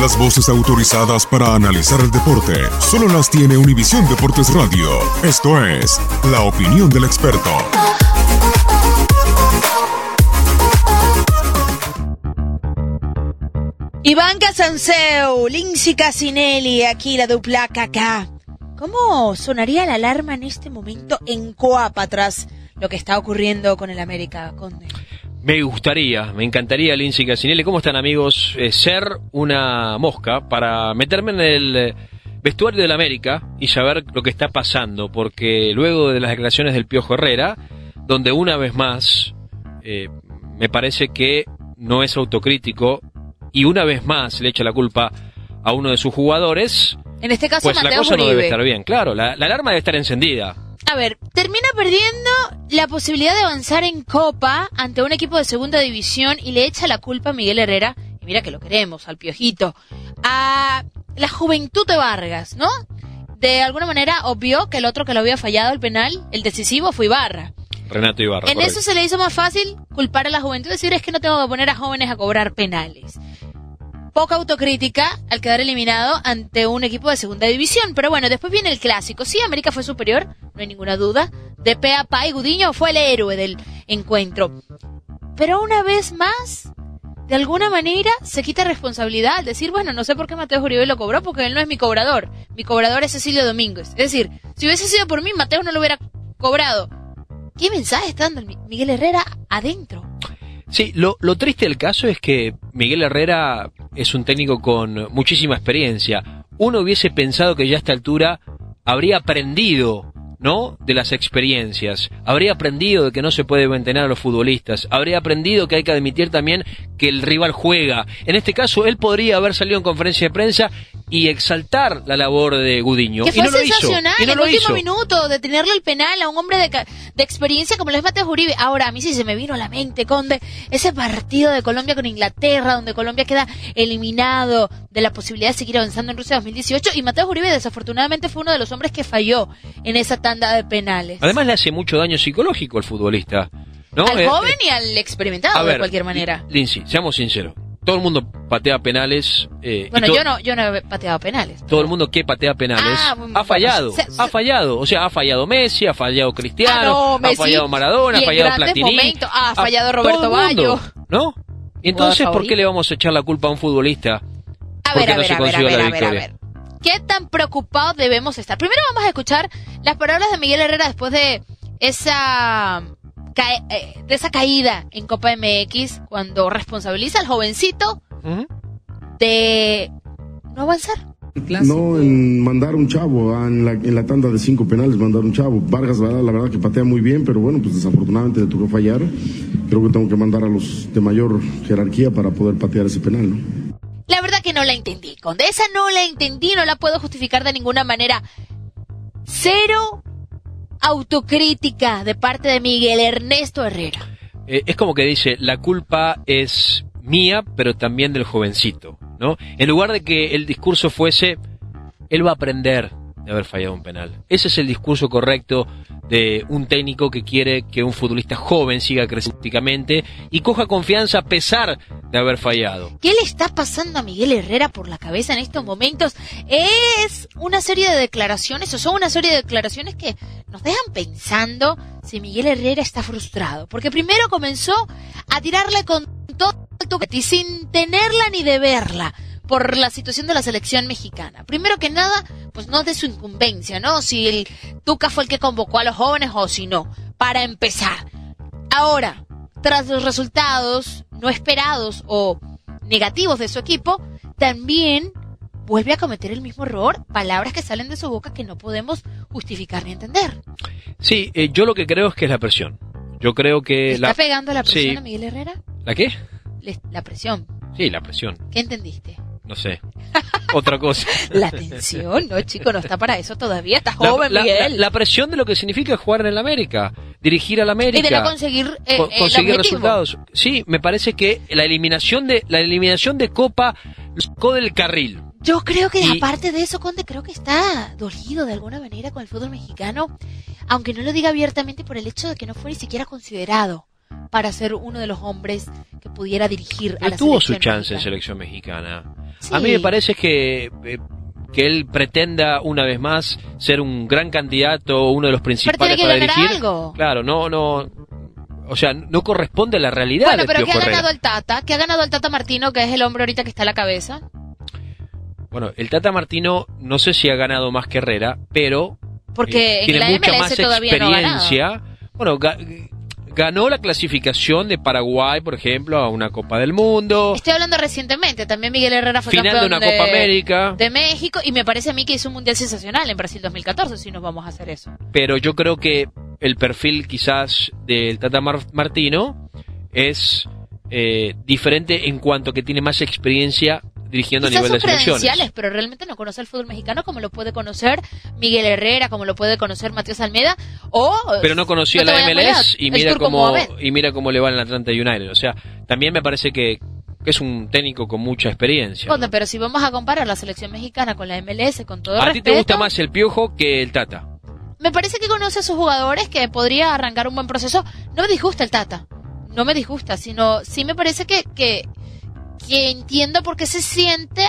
Las voces autorizadas para analizar el deporte solo las tiene Univisión Deportes Radio. Esto es La Opinión del Experto. Iván Casanseu, Lindsay Casinelli, aquí la dupla Kaká. ¿Cómo sonaría la alarma en este momento en Coapa tras lo que está ocurriendo con el América, Conde? Me encantaría, Lindsay Casinelli. ¿Cómo están, amigos? Ser una mosca para meterme en el vestuario del América y saber lo que está pasando, porque luego de las declaraciones del Piojo Herrera, donde una vez más me parece que no es autocrítico y una vez más le echa la culpa a uno de sus jugadores, en este caso pues Mateo la cosa Uribe. no debe estar bien. Claro, la alarma debe estar encendida. A ver, termina perdiendo la posibilidad de avanzar en Copa ante un equipo de segunda división y le echa la culpa a Miguel Herrera, y mira que lo queremos, al Piojito, a la juventud de Vargas, ¿no? De alguna manera obvió que el otro que lo había fallado el penal, el decisivo, fue Ibarra. Renato Ibarra. En eso se le hizo más fácil culpar a la juventud y decir, es que no tengo que poner a jóvenes a cobrar penales. Poca autocrítica al quedar eliminado ante un equipo de segunda división. Pero bueno, después viene el clásico. Sí, América fue superior, no hay ninguna duda. De pe a pa, y Gudiño fue el héroe del encuentro. Pero una vez más, de alguna manera, se quita responsabilidad al decir, bueno, no sé por qué Mateo Uribe lo cobró, porque él no es mi cobrador. Mi cobrador es Cecilio Domínguez. Es decir, si hubiese sido por mí, Mateo no lo hubiera cobrado. ¿Qué mensaje está dando Miguel Herrera adentro? Sí, lo triste del caso es que Miguel Herrera es un técnico con muchísima experiencia. Uno hubiese pensado que ya a esta altura habría aprendido, ¿no?, de las experiencias. Habría aprendido de que no se puede mantener a los futbolistas. Habría aprendido que hay que admitir también que el rival juega. En este caso, él podría haber salido en conferencia de prensa y exaltar la labor de Gudiño. Que fue y no sensacional, lo hizo. en el último minuto, de tenerle el penal a un hombre de experiencia como lo es Mateo Uribe. Ahora, a mí sí se me vino a la mente, Conde, ese partido de Colombia con Inglaterra, donde Colombia queda eliminado de la posibilidad de seguir avanzando en Rusia 2018, y Mateo Uribe desafortunadamente fue uno de los hombres que falló en esa tanda de penales. Además le hace mucho daño psicológico al futbolista, ¿no? Al joven y al experimentado, de cualquier manera. Lindsay, seamos sinceros. Todo el mundo patea penales. Bueno, yo no he pateado penales. Todo el mundo que patea penales ha fallado. Ha fallado. O sea, ha fallado Messi, ha fallado Cristiano, Messi, ha fallado Maradona, ha fallado Platini. Ha fallado Roberto Baggio. ¿No? Y entonces, ¿por qué le vamos a echar la culpa a un futbolista? A ver. ¿Qué tan preocupados debemos estar? Primero vamos a escuchar las palabras de Miguel Herrera después de esa caída en Copa MX, cuando responsabiliza al jovencito de no avanzar. No en mandar un chavo en la tanda de 5 penales, mandar un chavo. Vargas, la verdad que patea muy bien, pero bueno, pues desafortunadamente le tocó fallar. Creo que tengo que mandar a los de mayor jerarquía para poder patear ese penal, ¿no? La verdad que no la entendí, Conde. Esa no la entendí, no la puedo justificar de ninguna manera. Cero autocrítica de parte de Miguel Ernesto Herrera. Es como que dice, la culpa es mía, pero también del jovencito, ¿no? En lugar de que el discurso fuese, él va a aprender de haber fallado un penal. Ese es el discurso correcto de un técnico que quiere que un futbolista joven siga creciendo y coja confianza a pesar de haber fallado. ¿Qué le está pasando a Miguel Herrera por la cabeza en estos momentos? Es una serie de declaraciones, o son una serie de declaraciones que nos dejan pensando si Miguel Herrera está frustrado. Porque primero comenzó a tirarle con todo el toquete y sin tenerla ni deberla por la situación de la selección mexicana. Primero que nada, pues no de su incumbencia, ¿no? Si el Tuca fue el que convocó a los jóvenes o si no, para empezar. Ahora, tras los resultados no esperados o negativos de su equipo, también vuelve a cometer el mismo error, palabras que salen de su boca que no podemos justificar ni entender. Sí, yo lo que creo es que es la presión. Yo creo que ¿Está pegando la presión sí. a Miguel Herrera? ¿La qué? La presión. Sí, la presión. ¿Qué entendiste? No sé. Otra cosa. La tensión, no, chico, no está para eso todavía. Está joven, Miguel. La presión de lo que significa jugar en el América, dirigir al América. Y de no conseguir resultados. Sí, me parece que la eliminación de Copa lo sacó del carril. Yo creo que aparte de eso, Conde, creo que está dolido de alguna manera con el fútbol mexicano, aunque no lo diga abiertamente, por el hecho de que no fue ni siquiera considerado para ser uno de los hombres que pudiera dirigir a la tuvo selección su chance mexicana. en selección mexicana. A mí me parece que él pretenda una vez más ser un gran candidato, uno de los principales para dirigir. Algo. Claro, no, o sea, no corresponde a la realidad. Bueno, pero ¿qué ha ganado el Tata? ¿Qué ha ganado el Tata Martino, que es el hombre ahorita que está a la cabeza? Bueno, el Tata Martino no sé si ha ganado más que Herrera, pero porque tiene la mucha MLS más experiencia. Bueno, ganó la clasificación de Paraguay, por ejemplo, a una Copa del Mundo. Estoy hablando recientemente, también Miguel Herrera fue final campeón de una Copa América de México, y me parece a mí que hizo un mundial sensacional en Brasil 2014, si nos vamos a hacer eso. Pero yo creo que el perfil quizás del Tata Martino es diferente en cuanto que tiene más experiencia dirigiendo quizás a nivel de selecciones, pero realmente no conoce el fútbol mexicano como lo puede conocer Miguel Herrera, como lo puede conocer Matías Almeida, pero no conocía la MLS y mira cómo le va en el Atlanta United. O sea, también me parece que es un técnico con mucha experiencia. ¿No? Pero si vamos a comparar la selección mexicana con la MLS, con todo ¿A respeto, ti te gusta más el Piojo que el Tata? Me parece que conoce a sus jugadores, que podría arrancar un buen proceso. No me disgusta el Tata, no me disgusta, sino sí me parece que entiendo por qué se siente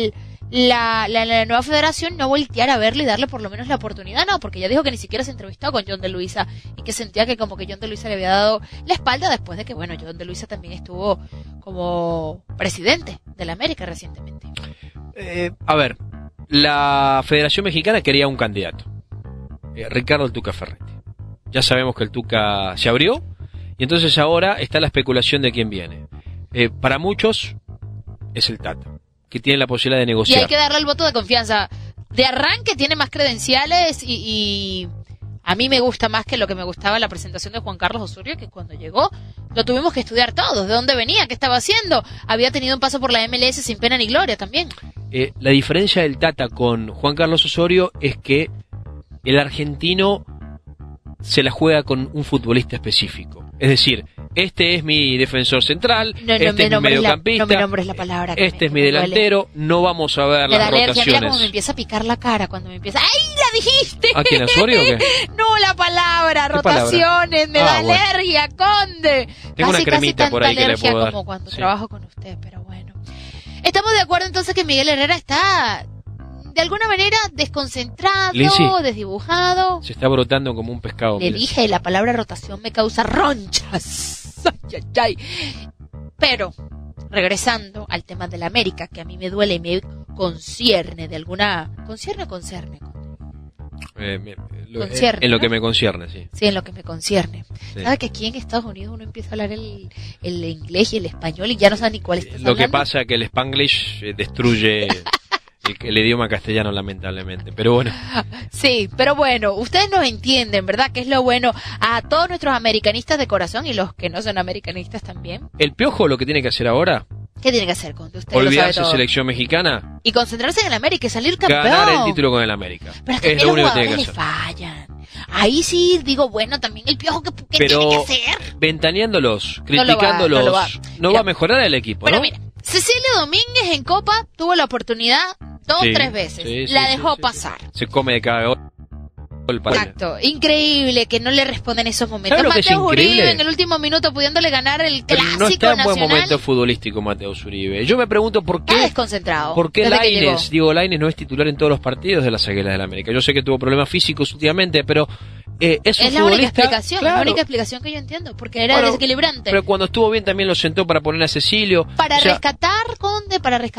la nueva federación no voltear a verle y darle por lo menos la oportunidad. No, porque ya dijo que ni siquiera se entrevistó con John de Luisa y que sentía que como que John de Luisa le había dado la espalda después de que, bueno, John de Luisa también estuvo como presidente de la América recientemente. A ver, la Federación Mexicana quería un candidato, Ricardo el Tuca Ferretti. Ya sabemos que el Tuca se abrió y entonces ahora está la especulación de quién viene. Para muchos es el Tata, que tiene la posibilidad de negociar. Y hay que darle el voto de confianza. De arranque tiene más credenciales y a mí me gusta más que lo que me gustaba la presentación de Juan Carlos Osorio, que cuando llegó lo tuvimos que estudiar todos. ¿De dónde venía? ¿Qué estaba haciendo? Había tenido un paso por la MLS sin pena ni gloria también. La diferencia del Tata con Juan Carlos Osorio es que el argentino se la juega con un futbolista específico. Es decir, este es mi defensor central, este es mi mediocampista, no me nombres la palabra. Este es mi delantero, no vamos a ver las rotaciones. Mira cómo me empieza a picar la cara cuando me empieza... ¡Ay, la dijiste! ¿A quién, Osorio o qué? No, la palabra, rotaciones, me da alergia, Conde. Tengo una cremita por ahí que le puedo dar. Como cuando trabajo con usted, pero bueno. Estamos de acuerdo entonces que Miguel Herrera está de alguna manera desconcentrado, desdibujado. Se está brotando como un pescado. Le dije, la palabra rotación me causa ronchas. Ay, ay, ay. Pero, regresando al tema de la América, que a mí me duele y me concierne de alguna... ¿Concierne o concerne? Concierne, en lo que me concierne, sí. Sí, en lo que me concierne. Sí. ¿Sabe que aquí en Estados Unidos uno empieza a hablar el inglés y el español y ya no sabe ni cuál está hablando? Lo que pasa es que el Spanglish destruye... el idioma castellano, lamentablemente, pero bueno. Sí, pero bueno, ustedes nos entienden, ¿verdad? Que es lo bueno a todos nuestros americanistas de corazón y los que no son americanistas también. El Piojo lo que tiene que hacer ahora... ¿Qué tiene que hacer con usted? Olvidarse selección mexicana. Y concentrarse en el América y salir campeón. Ganar el título con el América. Pero es que los jugadores le fallan. Ahí sí digo, bueno, también el Piojo, ¿qué tiene que hacer? Ventaneándolos, criticándolos, no va a mejorar el equipo, bueno, ¿no? Mira, Cecilio Domínguez en Copa tuvo la oportunidad 3 veces. La dejó pasar. Se come de cada gol. Exacto, increíble que no le responden esos momentos. Mateo Uribe en el último minuto pudiéndole ganar el clásico no está en nacional. Buen momento futbolístico Mateo Uribe. Yo me pregunto por qué desconcentrado. ¿Por qué Diego Lainez no es titular en todos los partidos de las Águilas del la América? Yo sé que tuvo problemas físicos últimamente, pero es un la única futbolista, explicación, claro. La única explicación que yo entiendo, porque era desequilibrante. Pero cuando estuvo bien también lo sentó para poner a Cecilio. Para rescatar, Conde,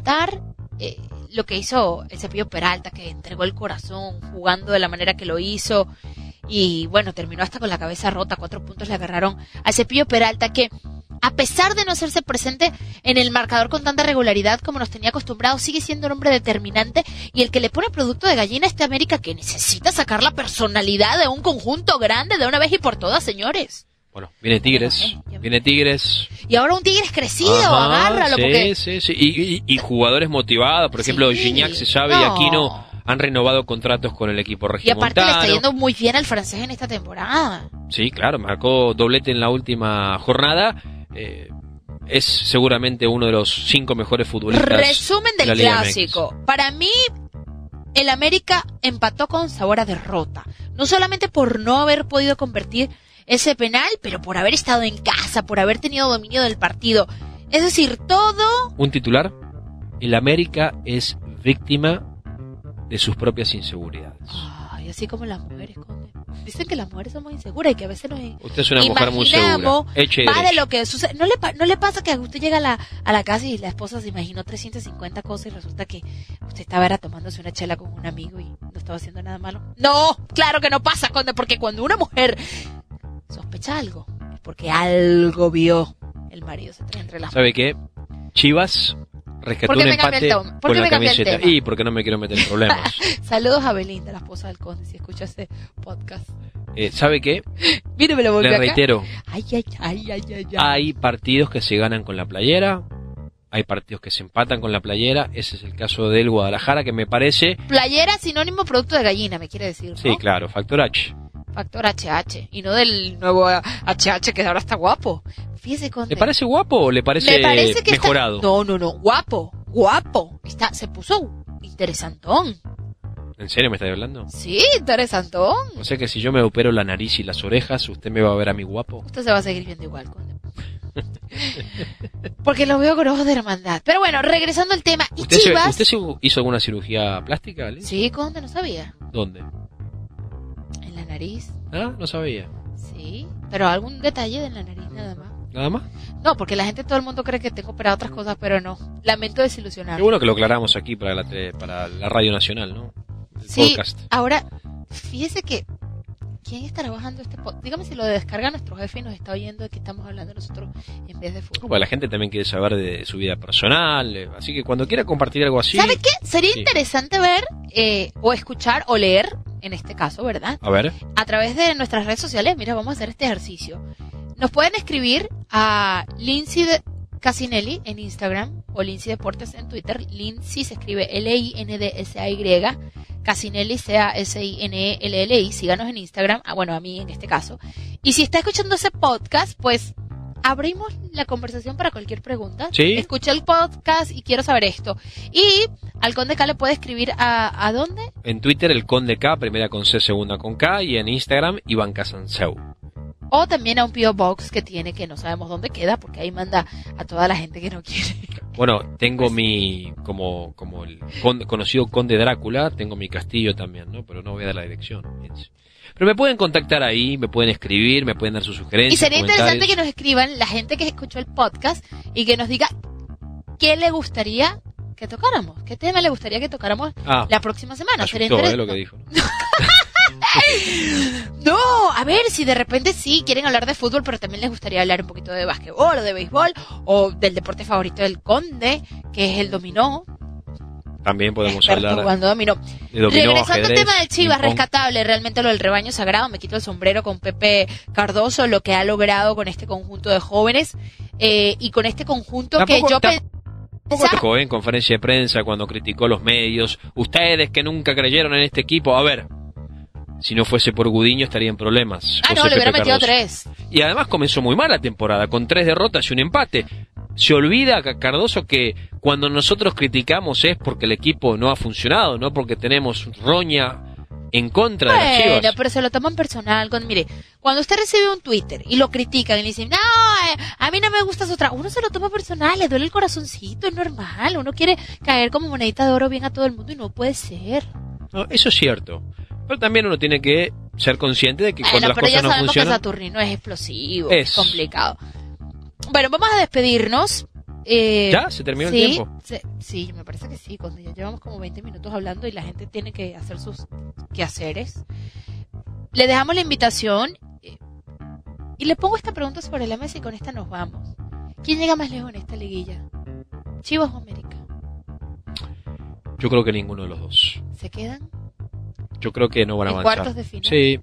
lo que hizo el Cepillo Peralta, que entregó el corazón jugando de la manera que lo hizo y bueno, terminó hasta con la cabeza rota. 4 puntos le agarraron al Cepillo Peralta, que a pesar de no hacerse presente en el marcador con tanta regularidad como nos tenía acostumbrados, sigue siendo un hombre determinante y el que le pone producto de gallina a esta América, que necesita sacar la personalidad de un conjunto grande de una vez y por todas, señores. Bueno, viene Tigres. Y ahora un Tigres crecido, agárralo. Sí. Y jugadores motivados, por ejemplo, Gignac, se sabe, y Aquino han renovado contratos con el equipo regiomontano. Y aparte le está yendo muy bien al francés en esta temporada. Sí, claro, marcó doblete en la última jornada. Es seguramente uno de los 5 mejores futbolistas. Resumen del de la Liga clásico. MX. Para mí, el América empató con sabor a derrota. No solamente por no haber podido convertir ese penal, pero por haber estado en casa, por haber tenido dominio del partido. Es decir, todo... ¿Un titular? el América es víctima de sus propias inseguridades. Ay, así como las mujeres, Conde. Dicen que las mujeres somos inseguras y que a veces nos Usted es una mujer muy segura. Hecha y va de derecha. lo que sucede. ¿No le pasa que usted llega a la casa y la esposa se imaginó 350 cosas y resulta que usted estaba tomándose una chela con un amigo y no estaba haciendo nada malo? No, claro que no pasa, Conde, porque cuando una mujer sospecha algo, es porque algo vio el marido se trae entre las ¿Sabe qué? Chivas rescató ¿Por qué un me cambié empate el tono? ¿Por con qué la me cambié el camiseta. tema? Y porque no me quiero meter en problemas. Saludos a Belinda, la esposa del Conde, si escucha ese podcast. ¿Sabe qué? Míreme lo volví Le acá. reitero, Ay. hay partidos que se ganan con la playera, hay partidos que se empatan con la playera. Ese es el caso del Guadalajara, que me parece... Playera sinónimo producto de gallina, me quiere decir, ¿no? Sí, claro, factor H. Factor HH, y no del nuevo HH que ahora está guapo. Fíjese, Conde. ¿Le parece guapo o le parece, Me parece que mejorado? No, guapo. Se puso interesantón. ¿En serio me está hablando? Sí, interesantón. O sea que si yo me opero la nariz y las orejas, ¿usted me va a ver a mí guapo? Usted se va a seguir viendo igual, Conde. Porque lo veo con ojos de hermandad. Pero bueno, regresando al tema. ¿Y Chivas? ¿Usted se hizo alguna cirugía plástica, Ale? Sí, Conde, no sabía. ¿Dónde? En la nariz. Ah, no sabía. Sí, pero algún detalle de la nariz nada más. ¿Nada más? No, porque la gente, todo el mundo cree que tengo operado otras cosas, pero no. Lamento desilusionar. Qué bueno que lo aclaramos aquí para la Radio Nacional, ¿no? El Sí, podcast. ahora, fíjese que ¿quién estará bajando este podcast? Dígame si lo descarga nuestro jefe y nos está oyendo de que estamos hablando nosotros en vez de fútbol. Bueno, la gente también quiere saber de su vida personal, así que cuando quiera compartir algo así... ¿Sabe qué? Sería Sí. interesante ver o escuchar o leer, en este caso, ¿verdad? A ver, A través de nuestras redes sociales. Mira, vamos a hacer este ejercicio. Nos pueden escribir a Lindsay Casinelli en Instagram o Lindsay Deportes en Twitter. Lindsay se escribe Lindsay, Casinelli Casinelli. Síganos en Instagram, bueno, a mí en este caso. Y si está escuchando ese podcast, pues abrimos la conversación para cualquier pregunta. Sí. Escuché el podcast y quiero saber esto. Y al Conde K le puede escribir ¿a dónde? en Twitter el Conde K, primera con C, segunda con K, y en Instagram Iván Casanseu. O también a un P.O. Box que tiene, que no sabemos dónde queda, porque ahí manda a toda la gente que no quiere. Bueno, tengo mi, como el conocido Conde Drácula, tengo mi castillo también, ¿no? Pero no voy a dar la dirección. Fíjense. Pero me pueden contactar ahí, me pueden escribir, me pueden dar sus sugerencias. Y sería interesante comentarios. que nos escriban la gente que escuchó el podcast y que nos diga qué le gustaría que tocáramos, qué tema le gustaría que tocáramos la próxima semana. Me Sería asustó, interesante. lo que dijo, ¿no? No, a ver, si de repente sí quieren hablar de fútbol, pero también les gustaría hablar un poquito de básquetbol o de béisbol o del deporte favorito del Conde, que es el dominó. También podemos Experto hablar jugando dominó. de dominó, Regresando al ajedrez, tema del Chivas, ping-pong. rescatable realmente lo del rebaño sagrado. Me quito el sombrero con Pepe Cardoso, lo que ha logrado con este conjunto de jóvenes y con este conjunto Tampoco- que yo Tampoco tocó en conferencia de prensa cuando criticó los medios. Ustedes que nunca creyeron en este equipo. A ver, si no fuese por Gudiño estaría en problemas. Ah, no, José le hubiera Pepe metido Cardoso. 3. Y además comenzó muy mal la temporada, con 3 derrotas y un empate. Se olvida, Cardoso, que cuando nosotros criticamos es porque el equipo no ha funcionado, no porque tenemos roña en contra de las Bueno, Chivas. pero se lo toman personal. Mire, cuando usted recibe un Twitter y lo critican y le dicen, no, a mí no me gusta su trabajo, uno se lo toma personal, le duele el corazoncito, es normal. Uno quiere caer como monedita de oro bien a todo el mundo y no puede ser. No, eso es cierto. Pero también uno tiene que ser consciente de que cuando Bueno, las pero ya cosas no sabemos que funcionan... Saturnino es explosivo, Es. es complicado. Bueno, vamos a despedirnos. ¿Ya? ¿Se terminó el tiempo? Sí, me parece que sí, cuando ya llevamos como 20 minutos hablando y la gente tiene que hacer sus quehaceres. Le dejamos la invitación y le pongo esta pregunta sobre la mesa y con esta nos vamos. ¿Quién llega más lejos en esta liguilla? ¿Chivas o América? Yo creo que ninguno de los dos. ¿Se quedan? Yo creo que no van a ¿En avanzar. cuartos de final? Sí.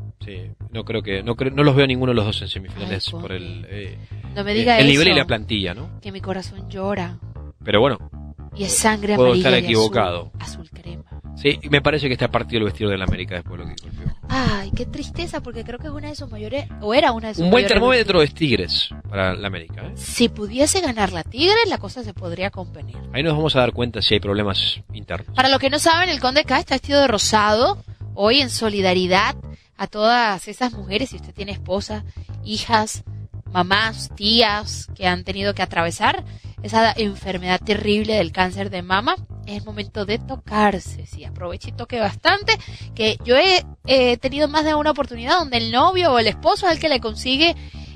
No los veo ninguno de los dos en semifinales Ay, por el no me diga el nivel eso, y la plantilla, ¿no? que mi corazón llora Pero bueno, y es sangre puedo amarilla estar y equivocado. azul crema. Sí, me parece que está partido el vestido de la América después de lo que golpeó. Ay, qué tristeza, porque creo que es una de sus mayores, o era una de sus Un buen mayores termómetro es Tigres para la América, ¿eh? Si pudiese ganar la Tigres, la cosa se podría convenir. Ahí nos vamos a dar cuenta si hay problemas internos. Para los que no saben, el Conde K está vestido de rosado, hoy en solidaridad a todas esas mujeres, si usted tiene esposa, hijas, mamás, tías que han tenido que atravesar esa enfermedad terrible del cáncer de mama, es el momento de tocarse. Sí, aproveche y toque bastante, que yo he tenido más de una oportunidad donde el novio o el esposo es el que le consigue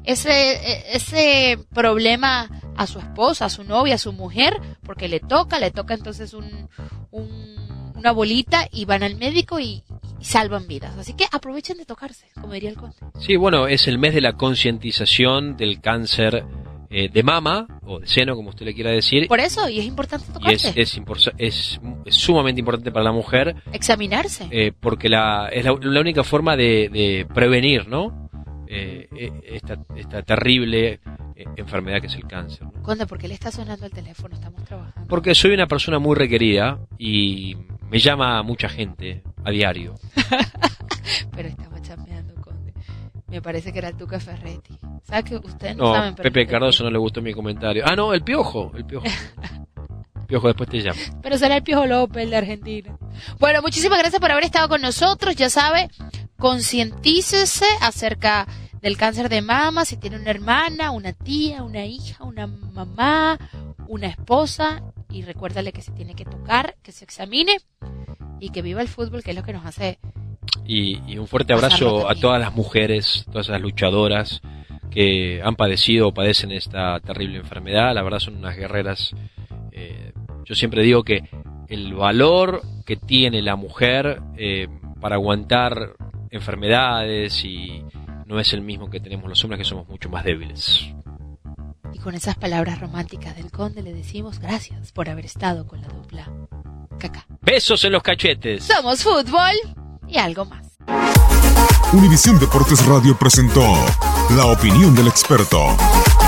ese problema a su esposa, a su novia, a su mujer, porque le toca entonces una bolita y van al médico y salvan vidas. Así que aprovechen de tocarse, como diría el conde. Sí, bueno, es el mes de la concientización del cáncer de mama o de seno, como usted le quiera decir. Por eso, y es importante tocarse. Y es sumamente importante para la mujer examinarse, porque es la única forma de prevenir, ¿no? Esta terrible enfermedad que es el cáncer, ¿no? Conde, ¿por qué le está sonando el teléfono? Estamos trabajando. Porque soy una persona muy requerida y me llama mucha gente a diario. Pero estaba chambeando, Conde. Me parece que era el Tuca Ferretti. ¿Sabe que ustedes no saben? Pepe Cardoso no le gustó mi comentario. Ah, no, el Piojo. El Piojo después te llama. Pero será el Piojo López, el de Argentina. Bueno, muchísimas gracias por haber estado con nosotros. Ya sabe, concientícese acerca del cáncer de mama, si tiene una hermana, una tía, una hija, una mamá, una esposa, y recuérdale que se tiene que tocar, que se examine y que viva el fútbol, que es lo que nos hace. Y un fuerte abrazo a todas las mujeres, todas esas luchadoras que han padecido o padecen esta terrible enfermedad. La verdad son unas guerreras. Yo siempre digo que el valor que tiene la mujer para aguantar enfermedades y no es el mismo que tenemos los hombres, que somos mucho más débiles. Y con esas palabras románticas del conde le decimos gracias por haber estado con la dupla Kaká. Besos en los cachetes. Somos fútbol y algo más. Univisión Deportes Radio presentó La Opinión del Experto.